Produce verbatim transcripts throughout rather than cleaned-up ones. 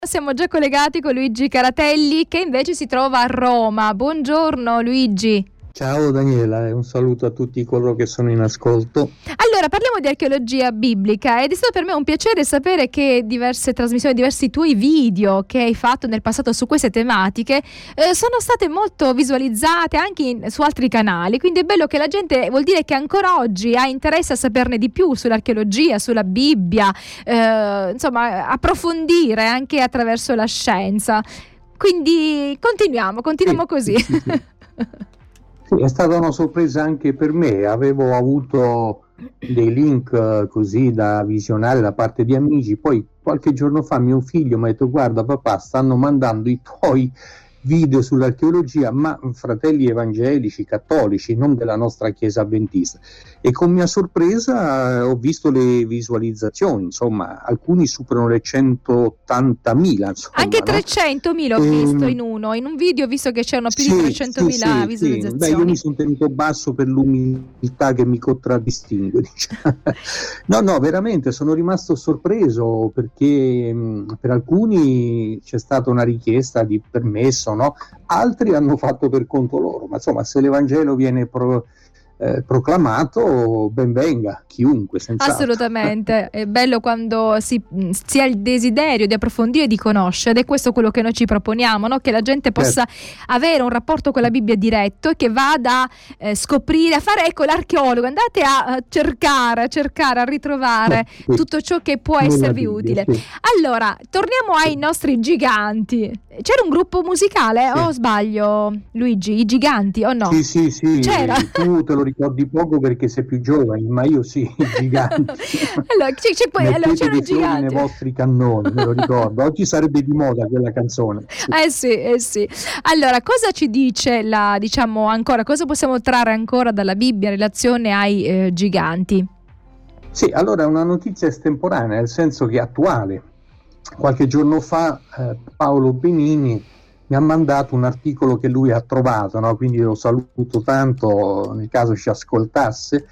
Siamo già collegati con Luigi Caratelli, che invece si trova a Roma. Buongiorno Luigi. Ciao Daniela e un saluto a tutti coloro che sono in ascolto. Allora, parliamo di archeologia biblica ed è stato per me un piacere sapere che diverse trasmissioni, diversi tuoi video che hai fatto nel passato su queste tematiche eh, sono state molto visualizzate anche in, su altri canali, quindi è bello che la gente, vuol dire che ancora oggi ha interesse a saperne di più sull'archeologia, sulla Bibbia, eh, insomma approfondire anche attraverso la scienza. Quindi continuiamo, continuiamo Sì, così. sì, sì. Sì, è stata una sorpresa anche per me, avevo avuto dei link eh, così da visionare da parte di amici, poi qualche giorno fa mio figlio mi ha detto: guarda papà, stanno mandando i tuoi video sull'archeologia, ma fratelli evangelici, cattolici, non della nostra chiesa avventista. E con mia sorpresa eh, ho visto le visualizzazioni, insomma, alcuni superano le centottantamila. Insomma, Anche no? trecentomila ho E... visto in uno, in un video ho visto che c'erano più sì, di trecentomila sì, visualizzazioni. Sì. Beh, io mi sono tenuto basso per l'umiltà che mi contraddistingue, diciamo. No, no, veramente sono rimasto sorpreso perché mh, per alcuni c'è stata una richiesta di permesso, no? Altri hanno fatto per conto loro, ma insomma, se l'Evangelo viene pro, eh, proclamato, ben venga chiunque, senz'altro. Assolutamente, è bello quando si, si ha il desiderio di approfondire e di conoscere, ed è questo quello che noi ci proponiamo, no? Che la gente possa certo. avere un rapporto con la Bibbia diretto e che vada a eh, scoprire, a fare, ecco, l'archeologo, andate a uh, cercare, a cercare, a ritrovare sì, sì. tutto ciò che può Nella esservi Bibbia, utile. Sì. Allora, torniamo ai nostri giganti. C'era un gruppo musicale, sì. o sbaglio, Luigi? I Giganti, o no? Sì, sì, sì. C'era? Tu te lo ricordi poco perché sei più giovane, ma io sì, i Giganti. allora, c'è, c'è poi, allora, c'erano i Giganti nei vostri cannoni, me lo ricordo. Oggi sarebbe di moda quella canzone. Eh sì, eh sì. Allora, cosa ci dice la, diciamo, ancora, cosa possiamo trarre ancora dalla Bibbia in relazione ai eh, giganti? Sì, allora è una notizia estemporanea, nel senso che è attuale. Qualche giorno fa eh, Paolo Benini mi ha mandato un articolo che lui ha trovato, no? Quindi lo saluto tanto nel caso ci ascoltasse,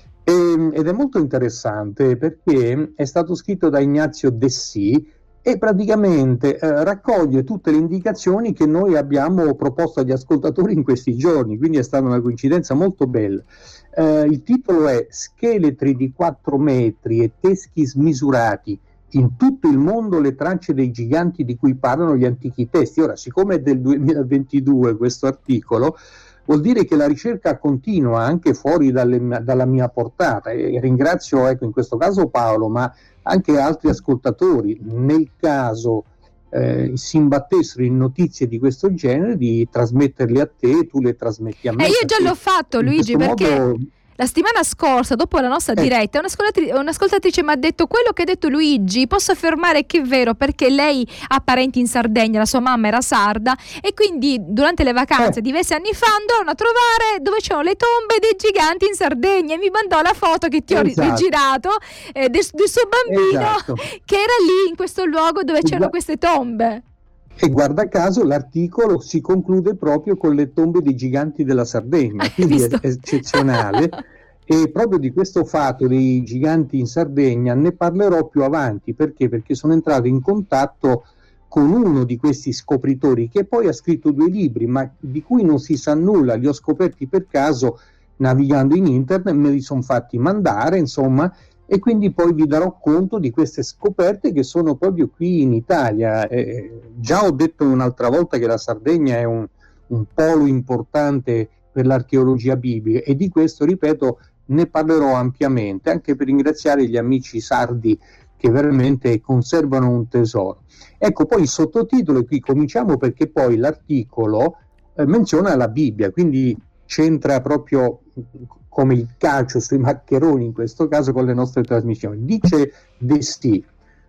e, ed è molto interessante perché è stato scritto da Ignazio Dessì e praticamente eh, raccoglie tutte le indicazioni che noi abbiamo proposto agli ascoltatori in questi giorni, quindi è stata una coincidenza molto bella. Eh, il titolo è Scheletri di quattro metri e teschi smisurati. In tutto il mondo le tracce dei giganti di cui parlano gli antichi testi. Ora, siccome è del duemilaventidue questo articolo, vuol dire che la ricerca continua anche fuori dalle, dalla mia portata, e ringrazio ecco, in questo caso Paolo, ma anche altri ascoltatori, nel caso eh, si imbattessero in notizie di questo genere, di trasmetterle a te, tu le trasmetti a me. E io già l'ho fatto, Luigi, perché... Modo... La settimana scorsa, dopo la nostra eh. diretta, un'ascoltatrice, un'ascoltatrice mi ha detto: quello che ha detto Luigi, posso affermare che è vero, perché lei ha parenti in Sardegna, la sua mamma era sarda, e quindi durante le vacanze eh. diversi anni fa andarono a trovare dove c'erano le tombe dei giganti in Sardegna, e mi mandò la foto che ti esatto. ho rigirato eh, del, del suo bambino esatto. che era lì in questo luogo dove c'erano queste tombe. E guarda caso l'articolo si conclude proprio con le tombe dei giganti della Sardegna, quindi è eccezionale. E proprio di questo fatto dei giganti in Sardegna ne parlerò più avanti. Perché? Perché sono entrato in contatto con uno di questi scopritori che poi ha scritto due libri, ma di cui non si sa nulla. Li ho scoperti per caso navigando in internet, me li sono fatti mandare, insomma, e quindi poi vi darò conto di queste scoperte che sono proprio qui in Italia. Eh, già ho detto un'altra volta che la Sardegna è un, un polo importante per l'archeologia biblica, e di questo, ripeto, ne parlerò ampiamente, anche per ringraziare gli amici sardi che veramente conservano un tesoro. Ecco, poi il sottotitolo, e qui cominciamo perché poi l'articolo eh, menziona la Bibbia, quindi c'entra proprio come il calcio sui maccheroni, in questo caso con le nostre trasmissioni. Dice Dessì: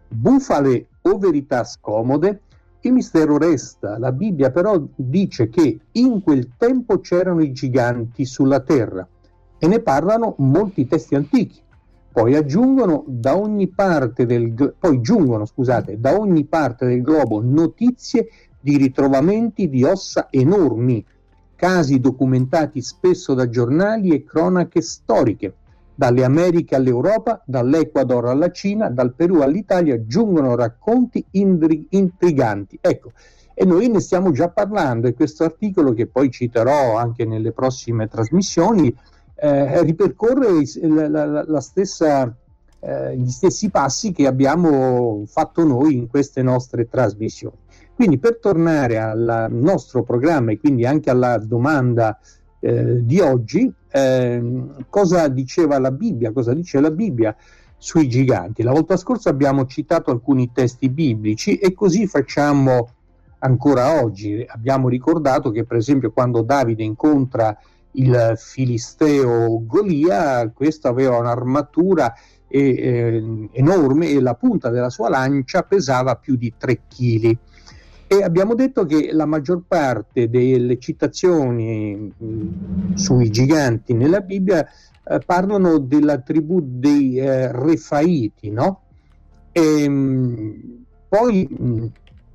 bufale o verità scomode, il mistero resta. La Bibbia però dice che in quel tempo c'erano i giganti sulla terra, e ne parlano molti testi antichi. Poi aggiungono da ogni parte del poi giungono, scusate, da ogni parte del globo notizie di ritrovamenti di ossa enormi, casi documentati spesso da giornali e cronache storiche. Dalle Americhe all'Europa, dall'Ecuador alla Cina, dal Perù all'Italia, giungono racconti indri- intriganti. Ecco, e noi ne stiamo già parlando, e questo articolo, che poi citerò anche nelle prossime trasmissioni, eh, ripercorre la, la, la stessa, eh, gli stessi passi che abbiamo fatto noi in queste nostre trasmissioni. Quindi, per tornare al nostro programma e quindi anche alla domanda eh, di oggi, eh, cosa diceva la Bibbia, cosa dice la Bibbia sui giganti? La volta scorsa abbiamo citato alcuni testi biblici e così facciamo ancora oggi. Abbiamo ricordato che, per esempio, quando Davide incontra il filisteo Golia, questo aveva un'armatura eh, eh, enorme e la punta della sua lancia pesava più di tre chili. E abbiamo detto che la maggior parte delle citazioni mh, sui giganti nella Bibbia eh, parlano della tribù dei eh, Refaiti, no? E, mh, poi mh,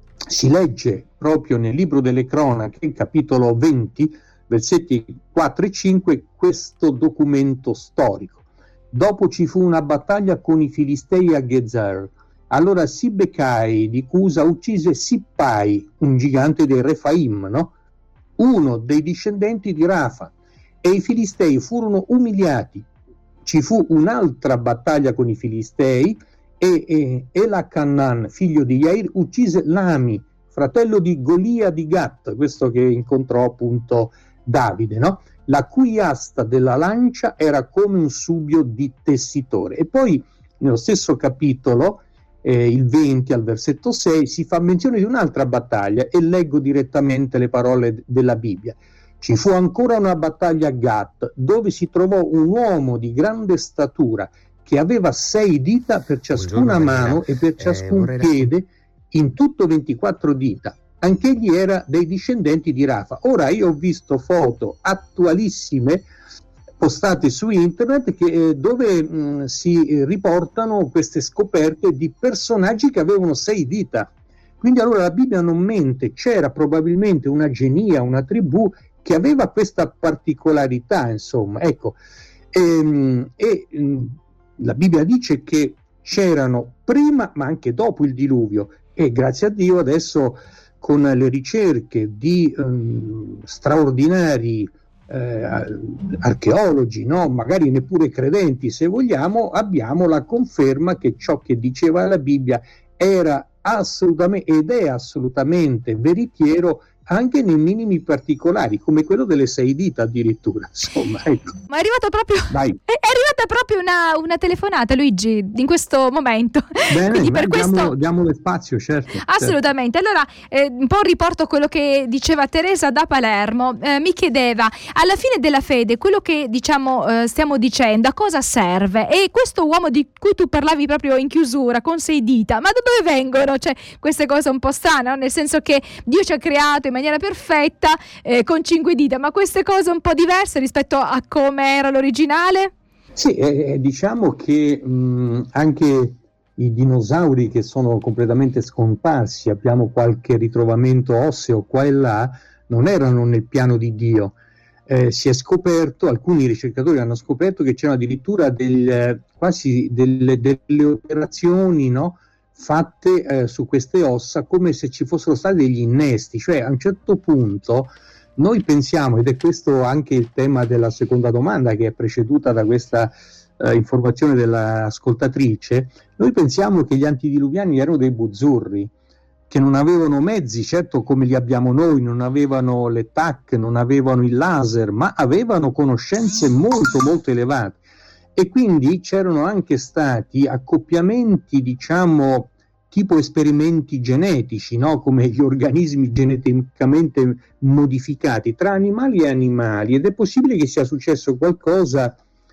si legge proprio nel libro delle cronache, capitolo venti, versetti quattro e cinque, questo documento storico. Dopo ci fu una battaglia con i Filistei a Gezer. Allora Sibbecai di Cusa uccise Sippai, un gigante dei Refaim, no? Uno dei discendenti di Rafa, e i Filistei furono umiliati. Ci fu un'altra battaglia con i Filistei e, e Elachannan, figlio di Yair, uccise Lami, fratello di Golia di Gat, questo che incontrò appunto Davide, no? La cui asta della lancia era come un subbio di tessitore. E poi nello stesso capitolo, eh, il venti al versetto sei, si fa menzione di un'altra battaglia, e leggo direttamente le parole della Bibbia. Ci fu ancora una battaglia a Gat, dove si trovò un uomo di grande statura che aveva sei dita per ciascuna mano e per ciascun eh, piede, in tutto ventiquattro dita. Anch'egli era dei discendenti di Rafa. Ora, io ho visto foto attualissime postate su internet che, eh, dove mh, si eh, riportano queste scoperte di personaggi che avevano sei dita. Quindi allora la Bibbia non mente, c'era probabilmente una genia, una tribù che aveva questa particolarità, insomma, ecco. E, e mh, la Bibbia dice che c'erano prima ma anche dopo il diluvio, e grazie a Dio adesso, con le ricerche di um, straordinari eh, archeologi, no? Magari neppure credenti se vogliamo, abbiamo la conferma che ciò che diceva la Bibbia era assolutamente ed è assolutamente veritiero, anche nei minimi particolari, come quello delle sei dita addirittura. Insomma, ecco. Ma è arrivata proprio Dai. è arrivata proprio una, una telefonata, Luigi, in questo momento. Bene, Quindi per diamo, questo diamole spazio, certo. assolutamente. Certo. Allora, eh, un po' riporto quello che diceva Teresa da Palermo. Eh, mi chiedeva, alla fine della fede, quello che diciamo eh, stiamo dicendo, a cosa serve? E questo uomo di cui tu parlavi proprio in chiusura, con sei dita, ma da dove vengono? Cioè, queste cose un po' strane, no? Nel senso che Dio ci ha creato in maniera perfetta eh, con cinque dita, ma queste cose un po' diverse rispetto a come era l'originale? Sì, eh, diciamo che mh, anche i dinosauri che sono completamente scomparsi, abbiamo qualche ritrovamento osseo qua e là, non erano nel piano di Dio. Eh, si è scoperto, alcuni ricercatori hanno scoperto che c'erano addirittura del, quasi delle, delle operazioni, no? fatte eh, su queste ossa, come se ci fossero stati degli innesti, cioè a un certo punto noi pensiamo, ed è questo anche il tema della seconda domanda che è preceduta da questa eh, informazione dell'ascoltatrice, noi pensiamo che gli antidiluviani erano dei buzzurri, che non avevano mezzi, certo come li abbiamo noi, non avevano le T A C, non avevano il laser, ma avevano conoscenze molto molto elevate. E quindi c'erano anche stati accoppiamenti, diciamo, tipo esperimenti genetici, no? Come gli organismi geneticamente modificati tra animali e animali, ed è possibile che sia successo qualcosa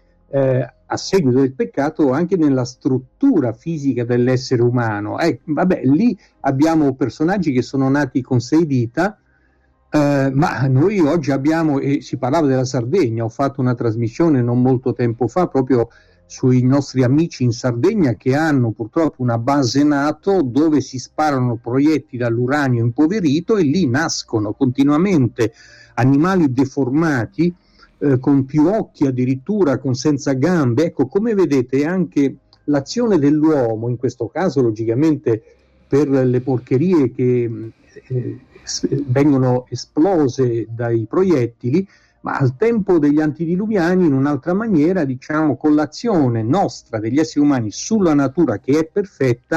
eh, a seguito del peccato anche nella struttura fisica dell'essere umano. Eh, vabbè, lì abbiamo personaggi che sono nati con sei dita, Uh, ma noi oggi abbiamo, e si parlava della Sardegna, ho fatto una trasmissione non molto tempo fa proprio sui nostri amici in Sardegna che hanno purtroppo una base NATO dove si sparano proiettili all'uranio impoverito, e lì nascono continuamente animali deformati eh, con più occhi addirittura, con senza gambe. Ecco, come vedete anche l'azione dell'uomo, in questo caso logicamente per le porcherie che eh, vengono esplose dai proiettili, ma al tempo degli antediluviani in un'altra maniera, diciamo, con l'azione nostra degli esseri umani sulla natura che è perfetta,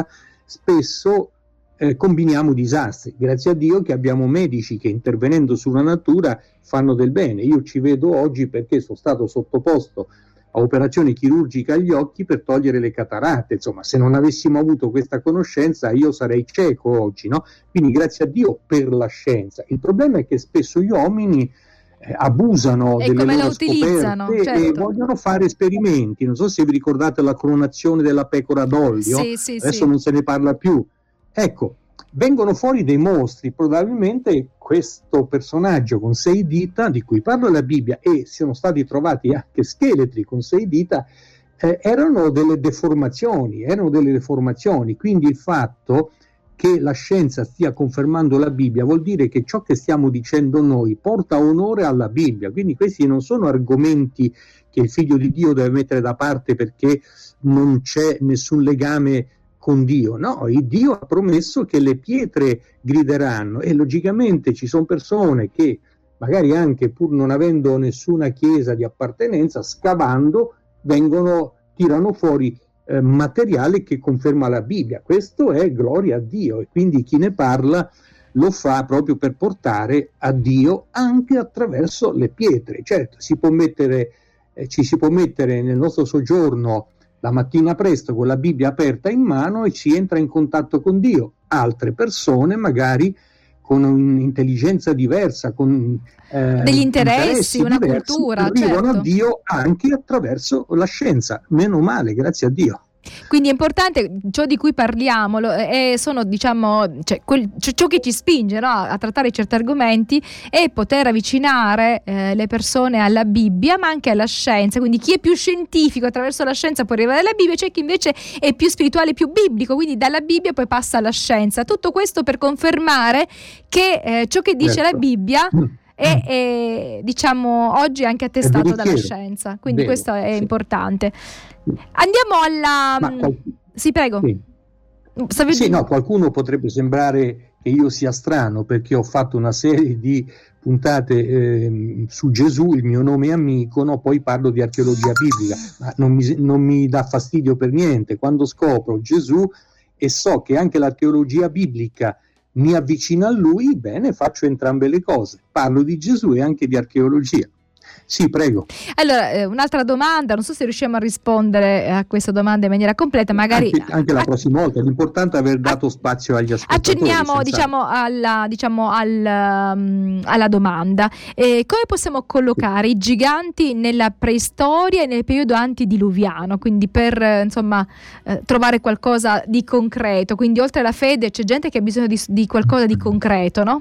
spesso eh, combiniamo disastri. Grazie a Dio che abbiamo medici che intervenendo sulla natura fanno del bene. Io ci vedo oggi perché sono stato sottoposto a operazione chirurgica agli occhi per togliere le cataratte. Insomma, se non avessimo avuto questa conoscenza io sarei cieco oggi, no? Quindi grazie a Dio per la scienza. Il problema è che spesso gli uomini eh, abusano e delle come loro la utilizzano, scoperte, certo. E vogliono fare esperimenti. Non so se vi ricordate la clonazione della pecora d'olio, sì, sì, adesso sì. non se ne parla più. Ecco, vengono fuori dei mostri. Probabilmente questo personaggio con sei dita di cui parla la Bibbia, e sono stati trovati anche scheletri con sei dita, eh, erano delle deformazioni, erano delle deformazioni. Quindi il fatto che la scienza stia confermando la Bibbia vuol dire che ciò che stiamo dicendo noi porta onore alla Bibbia. Quindi questi non sono argomenti che il figlio di Dio deve mettere da parte perché non c'è nessun legame con Dio. No, il Dio ha promesso che le pietre grideranno, e logicamente ci sono persone che magari anche pur non avendo nessuna chiesa di appartenenza, scavando vengono, tirano fuori eh, materiale che conferma la Bibbia. Questo è gloria a Dio, e quindi chi ne parla lo fa proprio per portare a Dio anche attraverso le pietre. Certo, si può mettere, eh, ci si può mettere nel nostro soggiorno la mattina presto con la Bibbia aperta in mano e si entra in contatto con Dio. Altre persone magari con un'intelligenza diversa, con eh, degli interessi, interessi una diversi, cultura, arrivano certo. a Dio anche attraverso la scienza. Meno male, grazie a Dio. Quindi è importante, ciò di cui parliamo è, sono diciamo cioè, quel, ciò che ci spinge, no, a trattare certi argomenti, è poter avvicinare eh, le persone alla Bibbia ma anche alla scienza. Quindi chi è più scientifico attraverso la scienza può arrivare alla Bibbia, c'è chi invece è più spirituale, più biblico, quindi dalla Bibbia poi passa alla scienza. Tutto questo per confermare che eh, ciò che dice certo. la Bibbia è, è diciamo oggi anche attestato dalla scienza, quindi Vero, questo è sì. importante. Andiamo alla qual... sì prego sì. Stavi... sì no qualcuno potrebbe sembrare che io sia strano perché ho fatto una serie di puntate eh, su Gesù, il mio nome è amico, no? Poi parlo di archeologia biblica, ma non mi, non mi dà fastidio per niente quando scopro Gesù e so che anche l'archeologia biblica mi avvicina a lui. Bene, faccio entrambe le cose, parlo di Gesù e anche di archeologia. Sì, prego. Allora, eh, un'altra domanda, non so se riusciamo a rispondere a questa domanda in maniera completa, magari anche, anche la a... prossima volta. L'importante è aver dato spazio agli ascoltatori. Accenniamo diciamo alla, diciamo, al, um, alla domanda. Eh, come possiamo collocare sì. i giganti nella preistoria e nel periodo antediluviano? Quindi per eh, insomma eh, trovare qualcosa di concreto. Quindi oltre alla fede c'è gente che ha bisogno di, di qualcosa di concreto, no?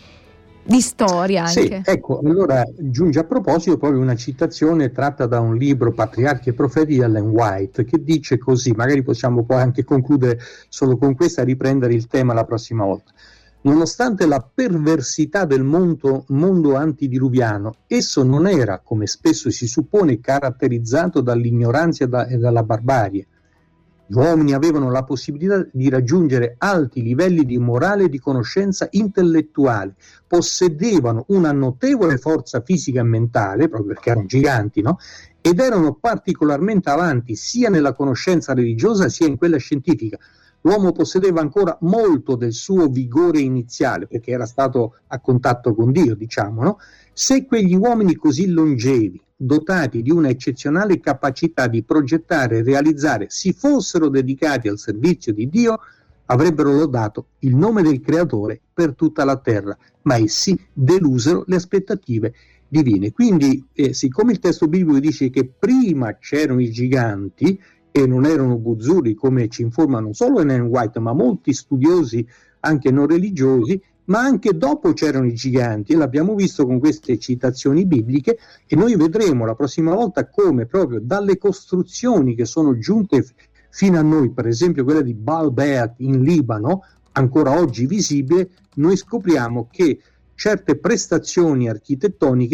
Di storia anche. Sì, ecco, allora giunge a proposito proprio una citazione tratta da un libro, Patriarchi e Profeti di Ellen White, che dice così, magari possiamo poi anche concludere solo con questa, riprendere il tema la prossima volta. Nonostante la perversità del mondo, mondo antidiluviano, esso non era, come spesso si suppone, caratterizzato dall'ignoranza e, da, e dalla barbarie. Gli uomini avevano la possibilità di raggiungere alti livelli di morale e di conoscenza intellettuale, possedevano una notevole forza fisica e mentale, proprio perché erano giganti, no? Ed erano particolarmente avanti sia nella conoscenza religiosa sia in quella scientifica. L'uomo possedeva ancora molto del suo vigore iniziale, perché era stato a contatto con Dio, diciamo, no? Se quegli uomini così longevi, dotati di una eccezionale capacità di progettare e realizzare, si fossero dedicati al servizio di Dio, avrebbero lodato il nome del Creatore per tutta la terra, ma essi delusero le aspettative divine. Quindi, eh, siccome il testo biblico dice che prima c'erano i giganti e non erano buzzurri, come ci informa non solo Ellen White, ma molti studiosi anche non religiosi, ma anche dopo c'erano i giganti, e l'abbiamo visto con queste citazioni bibliche, e noi vedremo la prossima volta come proprio dalle costruzioni che sono giunte f- fino a noi, per esempio quella di Baalbek in Libano, ancora oggi visibile, noi scopriamo che certe prestazioni architettoniche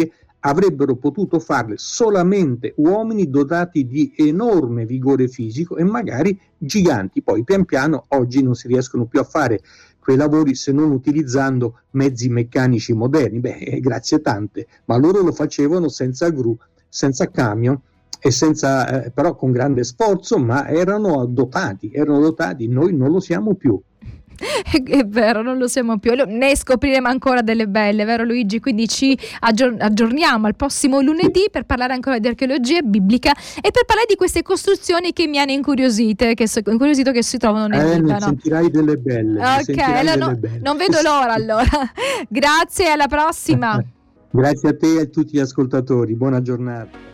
avrebbero potuto farle solamente uomini dotati di enorme vigore fisico e magari giganti. Poi pian piano oggi non si riescono più a fare quei lavori se non utilizzando mezzi meccanici moderni. Beh, grazie tante, ma loro lo facevano senza gru, senza camion e senza, eh, però con grande sforzo, ma erano dotati, erano dotati, noi non lo siamo più. È vero, non lo siamo più, ne scopriremo ancora delle belle, vero Luigi? Quindi ci aggior- aggiorniamo al prossimo lunedì per parlare ancora di archeologia biblica e per parlare di queste costruzioni che mi hanno incuriosite, che so- incuriosito che si trovano nel eh, Libano. Ne sentirai delle belle. Ok, allora delle no, belle. non vedo l'ora allora. Grazie, alla prossima. Grazie a te e a tutti gli ascoltatori, buona giornata.